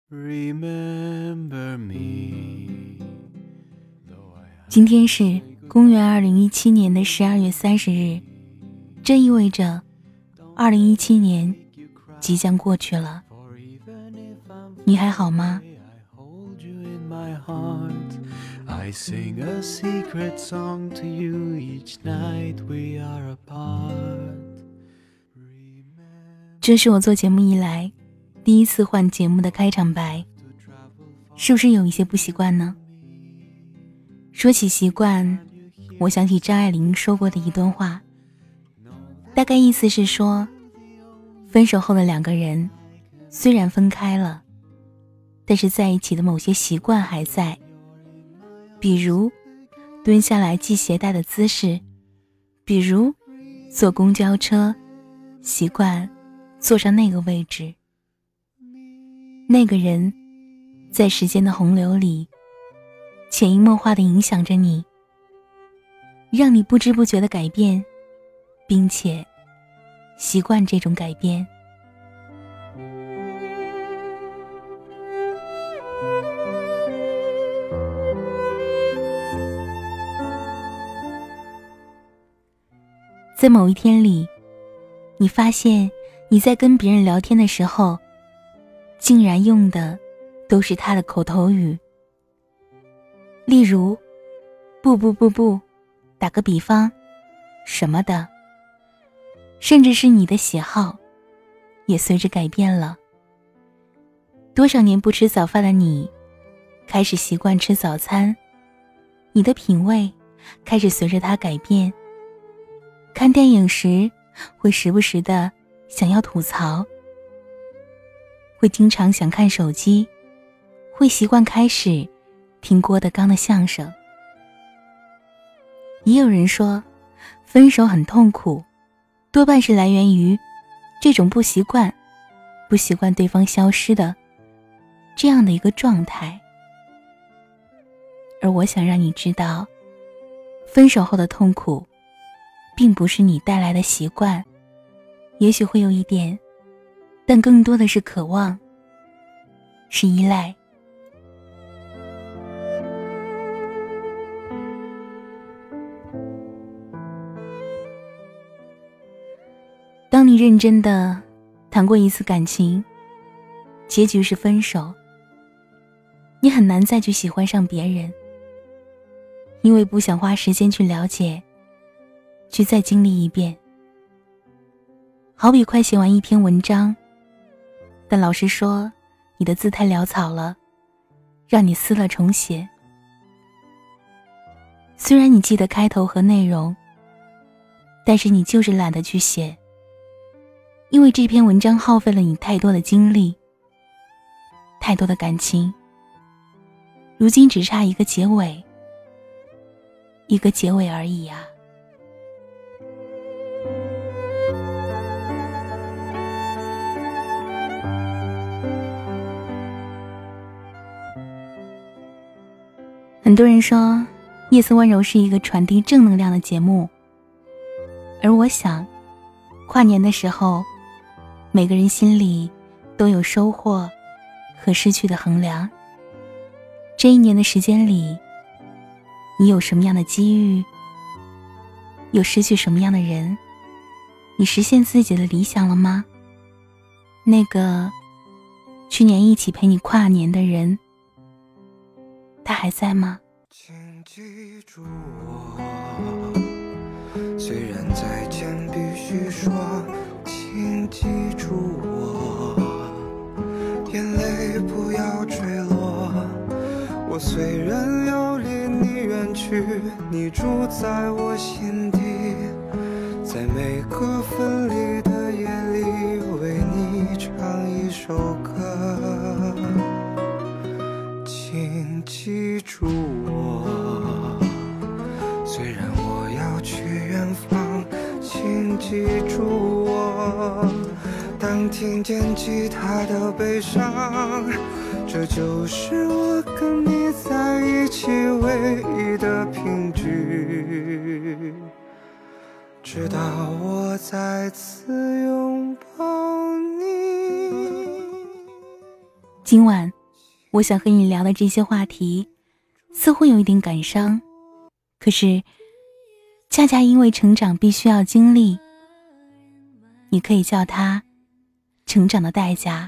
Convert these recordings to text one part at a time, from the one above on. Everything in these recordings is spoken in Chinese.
今天是公元2017年的12月30日，这意味着2017年即将过去了。你还好吗？I sing a secret song to you each night we are apart. 这是我做节目以来第一次换节目的开场白，是不是有一些不习惯呢？说起习惯，我想起张爱玲说过的一段话，大概意思是说，分手后的两个人虽然分开了，但是在一起的某些习惯还在，比如蹲下来系鞋带的姿势，比如坐公交车习惯坐上那个位置。那个人在时间的洪流里潜移默化地影响着你，让你不知不觉地改变，并且习惯这种改变。在某一天里，你发现你在跟别人聊天的时候，竟然用的都是他的口头语。例如不，打个比方什么的，甚至是你的喜好也随之改变了。多少年不吃早饭的你，开始习惯吃早餐，你的品味开始随着它改变。看电影时会时不时的想要吐槽，会经常想看手机，会习惯开始听郭德纲的相声。也有人说，分手很痛苦，多半是来源于这种不习惯对方消失的这样的一个状态。而我想让你知道，分手后的痛苦并不是你带来的习惯，也许会有一点，但更多的是渴望，是依赖。当你认真的谈过一次感情，结局是分手，你很难再去喜欢上别人，因为不想花时间去了解，去再经历一遍。好比快写完一篇文章，但老师说你的字太潦草了，让你撕了重写。虽然你记得开头和内容，但是你就是懒得去写，因为这篇文章耗费了你太多的精力，太多的感情，如今只差一个结尾而已啊。很多人说夜色温柔是一个传递正能量的节目，而我想跨年的时候，每个人心里都有收获和失去的衡量。这一年的时间里，你有什么样的机遇，有失去什么样的人，你实现自己的理想了吗？那个去年一起陪你跨年的人，他还在吗？ 请记住我，虽然再见必须说，请记住我，眼泪不要坠落。我虽然要离你远去，你住在我心底，在每个分离的夜里，为你唱一首歌。请记住我，虽然我要去远方，请记住我，当听见吉他的悲伤，这就是我跟你在一起唯一的凭据，直到我再次拥抱你。 今晚我想和你聊的这些话题似乎有一点感伤，可是恰恰因为成长必须要经历，你可以叫它成长的代价。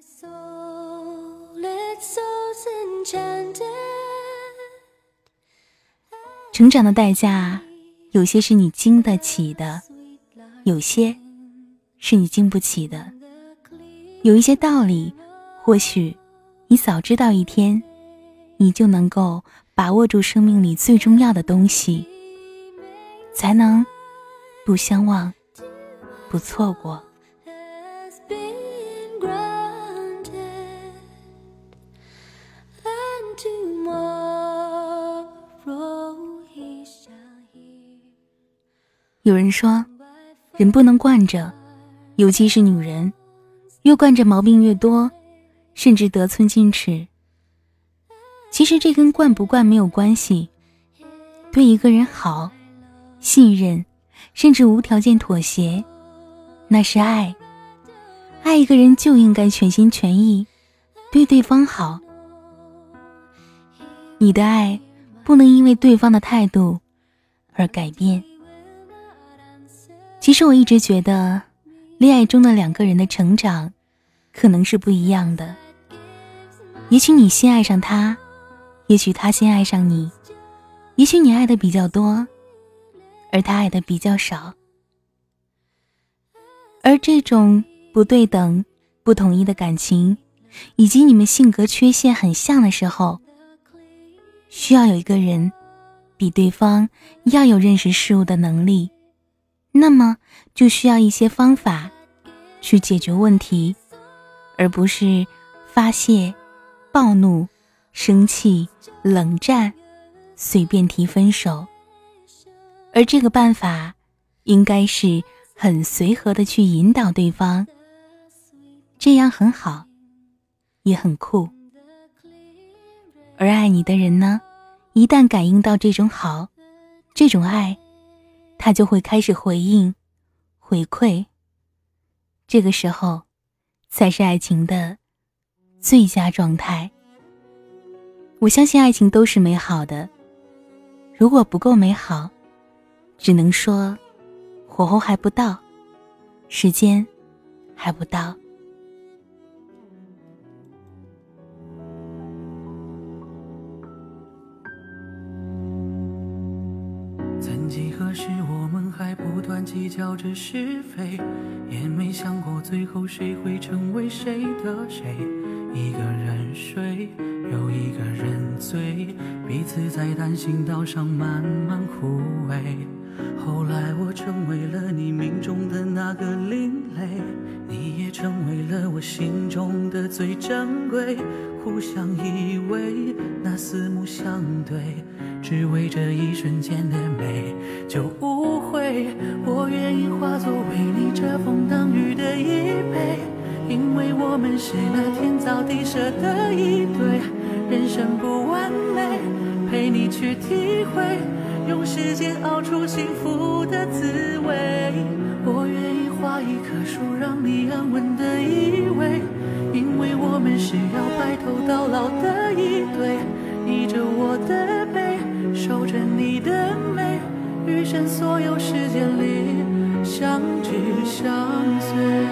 成长的代价，有些是你经得起的，有些是你经不起的。有一些道理，或许你早知道一天，你就能够把握住生命里最重要的东西，才能不相忘，不错过。有人说，人不能惯着，尤其是女人，越惯着毛病越多，甚至得寸进尺。其实这跟惯不惯没有关系，对一个人好，信任，甚至无条件妥协，那是爱。爱一个人就应该全心全意，对对方好。你的爱不能因为对方的态度而改变。其实我一直觉得，恋爱中的两个人的成长可能是不一样的。也许你先爱上他，也许他先爱上你，也许你爱的比较多，而他爱的比较少。而这种不对等、不统一的感情，以及你们性格缺陷很像的时候，需要有一个人比对方要有认识事物的能力，那么就需要一些方法去解决问题，而不是发泄、暴怒、生气、冷战，随便提分手。而这个办法应该是很随和的去引导对方，这样很好，也很酷。而爱你的人呢，一旦感应到这种好，这种爱，他就会开始回应、回馈。这个时候才是爱情的最佳状态。我相信爱情都是美好的，如果不够美好，只能说火候还不到，时间还不到。 曾几何时，我们还不断计较着是非，也没想过最后谁会成为谁的谁。一个人睡，又一个人醉，彼此在单行道上慢慢枯萎。后来我成为了你命中的那个另类，你也成为了我心中的最珍贵。互相依偎，那四目相对，只为这一瞬间的美就无悔。我愿意化作为你遮风挡雨的依偎，因为我们是那天造地设的一对。人生不完美，陪你去体会，用时间熬出幸福的滋味。我愿意画一棵树，让你安稳的依偎，因为我们是要白头到老的一对。依着我的背，守着你的美，余生所有时间里相知相随。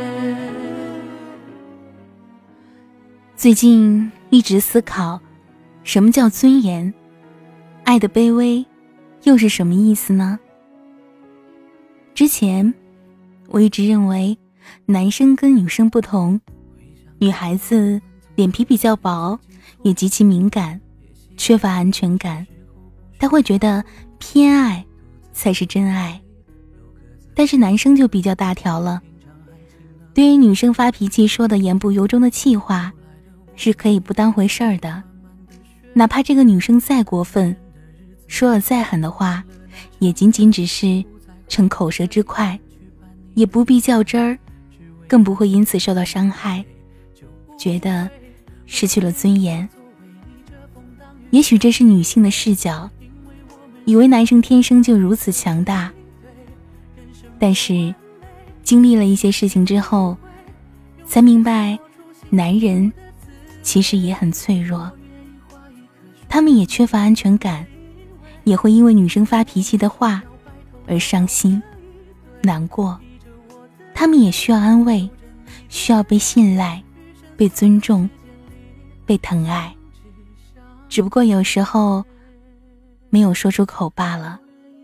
最近一直思考，什么叫尊严？爱的卑微又是什么意思呢？之前我一直认为男生跟女生不同，女孩子脸皮比较薄，也极其敏感，缺乏安全感，她会觉得偏爱才是真爱。但是男生就比较大条了，对于女生发脾气说的言不由衷的气话，是可以不当回事儿的，哪怕这个女生再过分，说了再狠的话，也仅仅只是逞口舌之快，也不必较真儿，更不会因此受到伤害，觉得失去了尊严。也许这是女性的视角，以为男生天生就如此强大，但是经历了一些事情之后，才明白男人其实也很脆弱，他们也缺乏安全感，也会因为女生发脾气的话而伤心难过，他们也需要安慰，需要被信赖，被尊重，被疼爱，只不过有时候没有说出口罢了。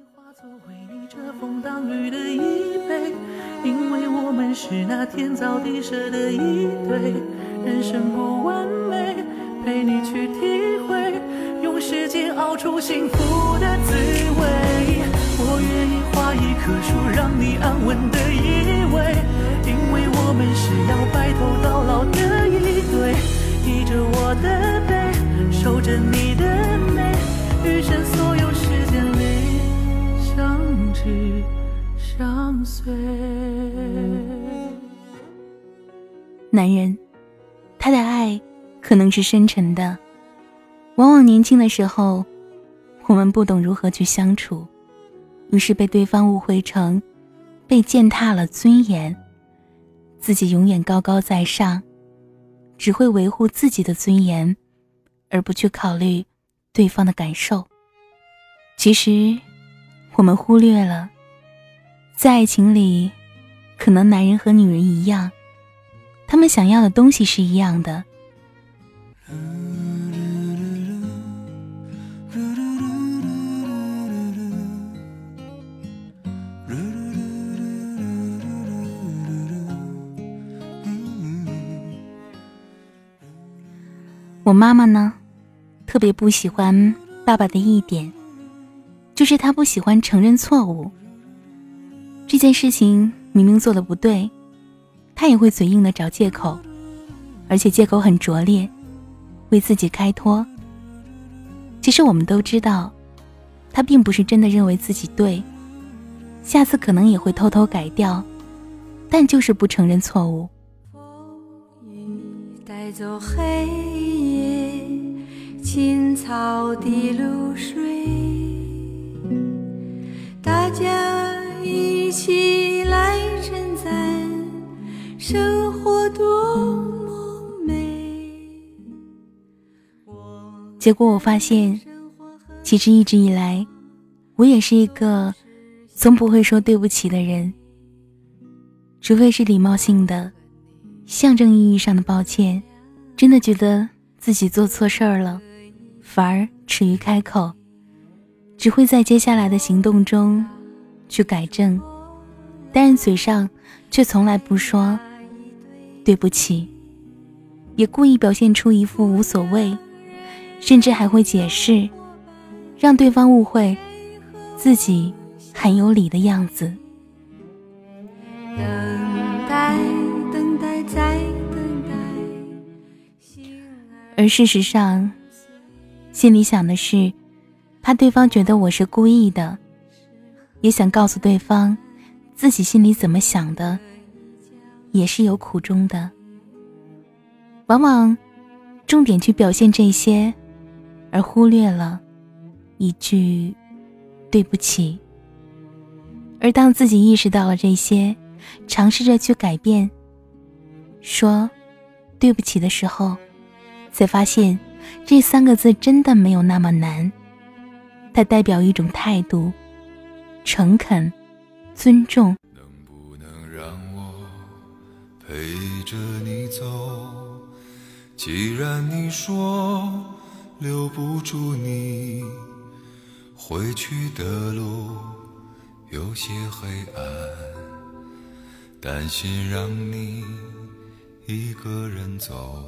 因为我们是那天造地设的一对，人生不完美，陪你去体会，用时间熬出幸福的滋味。我愿意画一棵树，让你安稳的依偎，因为我们是要白头到老的一对，依着我的背，守着你的美，余生所有时间里相知相随。 男人，他的爱可能是深沉的，往往年轻的时候，我们不懂如何去相处，于是被对方误会成被践踏了尊严，自己永远高高在上，只会维护自己的尊严，而不去考虑对方的感受。其实我们忽略了，在爱情里，可能男人和女人一样，他们想要的东西是一样的。我妈妈呢，特别不喜欢爸爸的一点，就是他不喜欢承认错误。这件事情明明做得不对，他也会嘴硬地找借口，而且借口很拙劣，为自己开脱。其实我们都知道，他并不是真的认为自己对，下次可能也会偷偷改掉，但就是不承认错误。 带走黑夜，青草的露水，大家一起来称赞生活多么美。 结果我发现，其实一直以来，我也是一个从不会说对不起的人，除非是礼貌性的、象征意义上的抱歉，真的觉得自己做错事儿了，反而耻于开口，只会在接下来的行动中去改正，但是嘴上却从来不说对不起，也故意表现出一副无所谓，甚至还会解释，让对方误会自己很有理的样子。 等待，等待，再等待。 而事实上，心里想的是，怕对方觉得我是故意的，也想告诉对方自己心里怎么想的，也是有苦衷的。往往重点去表现这些，而忽略了一句对不起。而当自己意识到了这些，尝试着去改变，说对不起的时候，才发现这3个字真的没有那么难，它代表一种态度，诚恳、尊重。 能不能让我陪着你走？既然你说留不住你，回去的路有些黑暗，担心让你一个人走。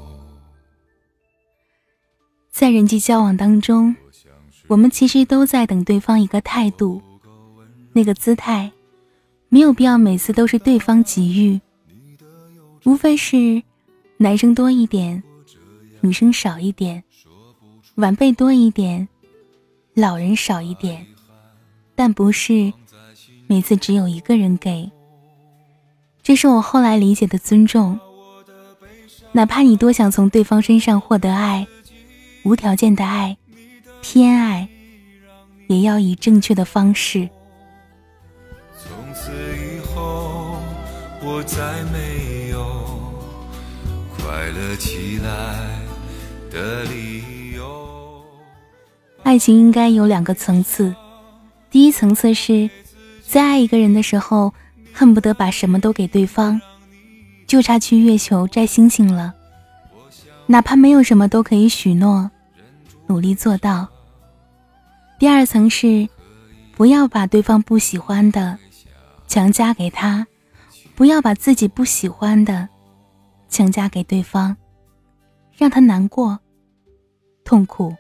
在人际交往当中，我们其实都在等对方一个态度，那个姿态，没有必要每次都是对方给予，无非是男生多一点，女生少一点，晚辈多一点，老人少一点，但不是每次只有一个人给。这是我后来理解的尊重，哪怕你多想从对方身上获得爱，无条件的爱，偏爱，也要以正确的方式。 从此以后我再没有快乐起来的理由。 爱情应该有2个层次，第一层次是在爱一个人的时候，恨不得把什么都给对方，就差去月球摘星星了，哪怕没有什么都可以许诺，努力做到。第二层是不要把对方不喜欢的强加给他，不要把自己不喜欢的强加给对方，让他难过痛苦。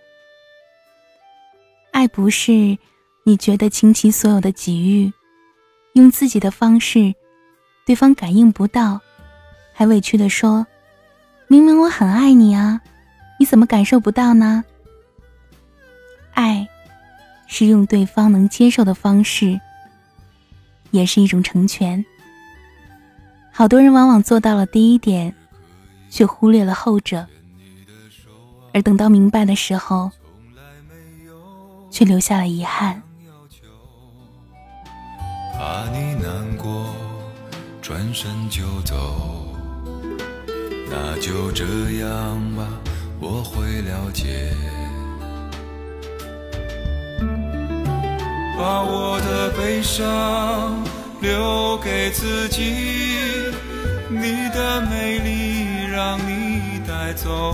爱不是你觉得倾其所有的给予，用自己的方式，对方感应不到，还委屈地说，明明我很爱你啊，你怎么感受不到呢？爱是用对方能接受的方式，也是一种成全。好多人往往做到了第一点，却忽略了后者，而等到明白的时候，却留下了遗憾。 怕你难过，转身就走，那就这样吧，我会了解。把我的悲伤留给自己，你的美丽让你带走。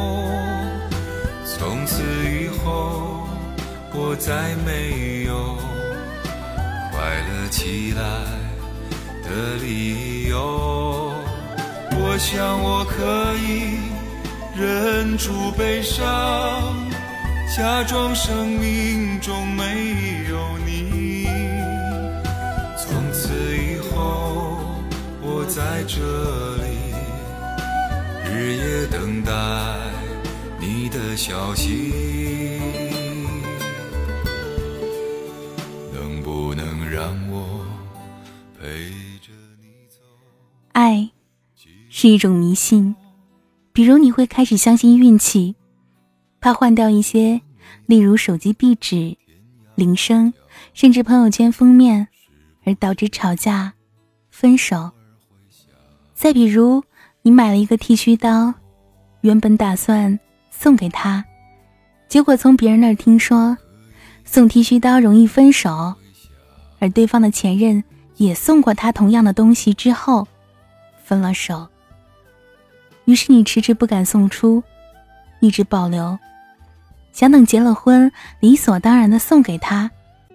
从此以后，我再没有快乐起来的理由。我想我可以忍住悲伤，假装生命中没有你。从此以后，我在这里日夜等待你的消息。能不能让我陪着你走？ 爱是一种迷信，比如你会开始相信运气，怕换掉一些，例如手机壁纸、铃声，甚至朋友圈封面，而导致吵架、分手。再比如你买了一个剃须刀，原本打算送给他，结果从别人那儿听说送剃须刀容易分手，而对方的前任也送过他同样的东西之后分了手。于是你迟迟不敢送出，一直保留，想等结了婚理所当然地送给他。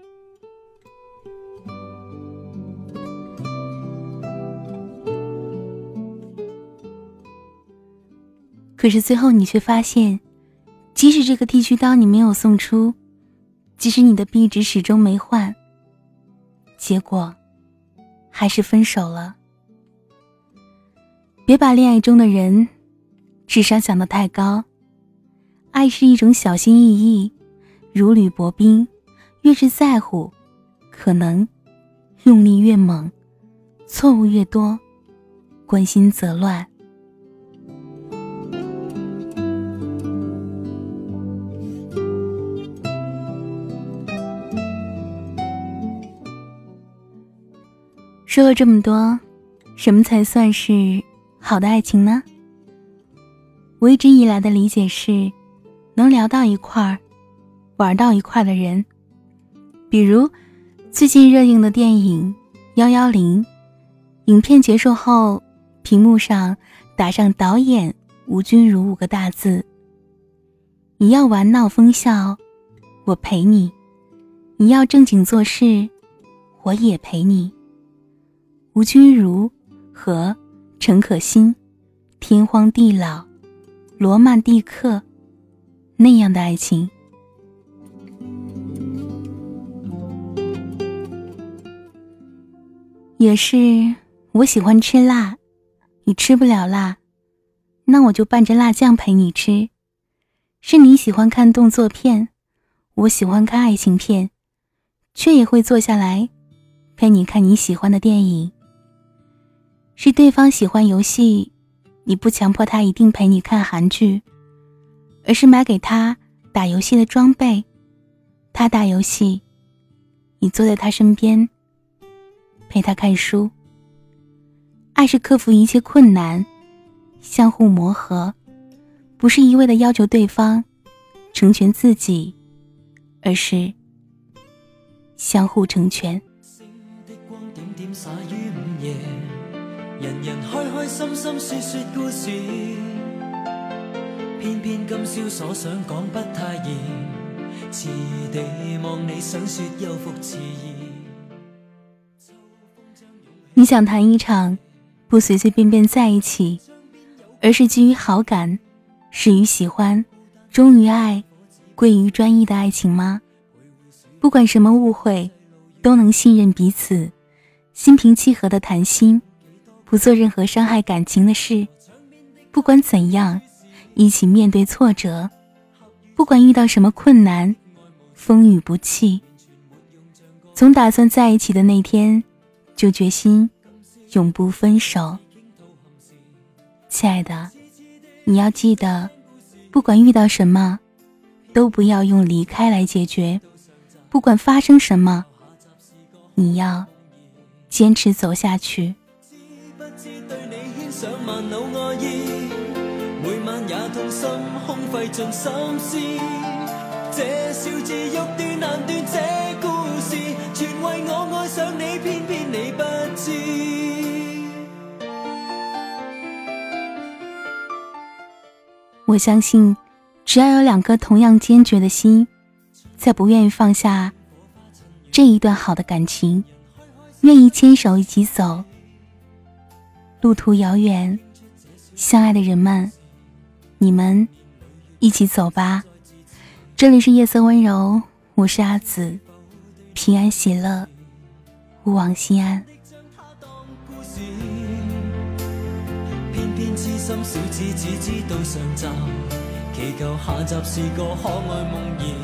可是最后你却发现，即使这个剃须刀你没有送出，即使你的壁纸始终没换，结果还是分手了。别把恋爱中的人智商想得太高，爱是一种小心翼翼，如履薄冰，越是在乎，可能用力越猛，错误越多，关心则乱。说了这么多，什么才算是好的爱情呢？我一直以来的理解是，能聊到一块儿，玩到一块的人。比如最近热映的电影110，影片结束后，屏幕上打上导演吴君如5个大字：你要玩闹疯笑，我陪你；你要正经做事，我也陪你。吴君如和陈可辛，天荒地老，罗曼蒂克，那样的爱情。也是我喜欢吃辣，你吃不了辣，那我就拌着辣酱陪你吃。是你喜欢看动作片，我喜欢看爱情片，却也会坐下来陪你看你喜欢的电影。是对方喜欢游戏，你不强迫他一定陪你看韩剧，而是买给他打游戏的装备，他打游戏，你坐在他身边陪他看书。爱是克服一切困难，相互磨合， 不是一味的要求对方成全自己，而是相互成全。 人人開開心心說說故事，偏偏今宵所想講不太易，遲地望你想說又復遲疑。 你想談一場不隨隨便便在一起，而是基於好感，始於喜歡，忠於愛，歸於專一的愛情嗎？不管什麼誤會，都能信任彼此，心平氣和的談心，不做任何傷害感情的事。不管怎樣，一起面對挫折，不管遇到什麼困難，風雨不棄。從打算在一起的那天就決心永不分手。親愛的，你要記得，不管遇到什麼，都不要用離開來解決，不管發生什麼，你要堅持走下去。 每晚也痛心空費盡心思，這小字欲斷難斷，這故事全為我愛上你，偏偏你不知。 我相信只要有兩顆同樣堅決的心，才不願意放下這一段好的感情，願意牽手一起走。路途遙遠，相愛的人們，你們一起走吧。這裡是夜色溫柔，我是阿紫，平安喜樂，勿忘心安。 偏偏痴心小子只知道上集，祈求下集是個可愛夢兒。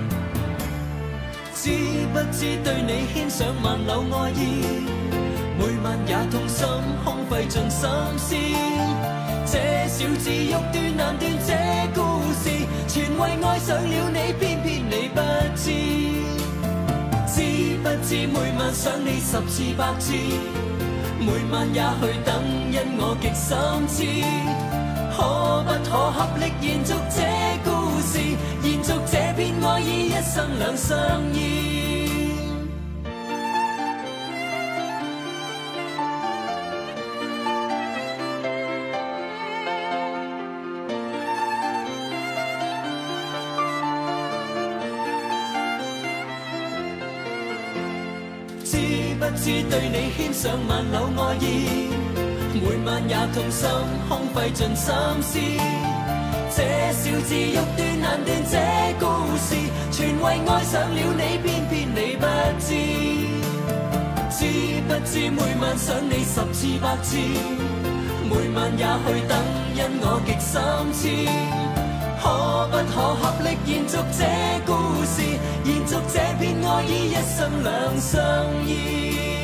知不知對你牽上萬縷愛意，每晚也痛心空費盡心思，這小字欲斷難斷，這故事全為愛上了你，偏偏你不知。知不知每晚想你10次100次，每晚也去等，因我極心知。可不可合力延續這故事，延續這片愛意，一生兩相依。知不知對你牽上萬縷愛意，每晚也痛心空費盡心思，這小字欲斷難斷，這故事全為愛上了你，偏偏你不知。知不知每晚想你10次100次，每晚也去等，因我極心知。可不可合力延續這故事，延續這片愛意，一生兩相依。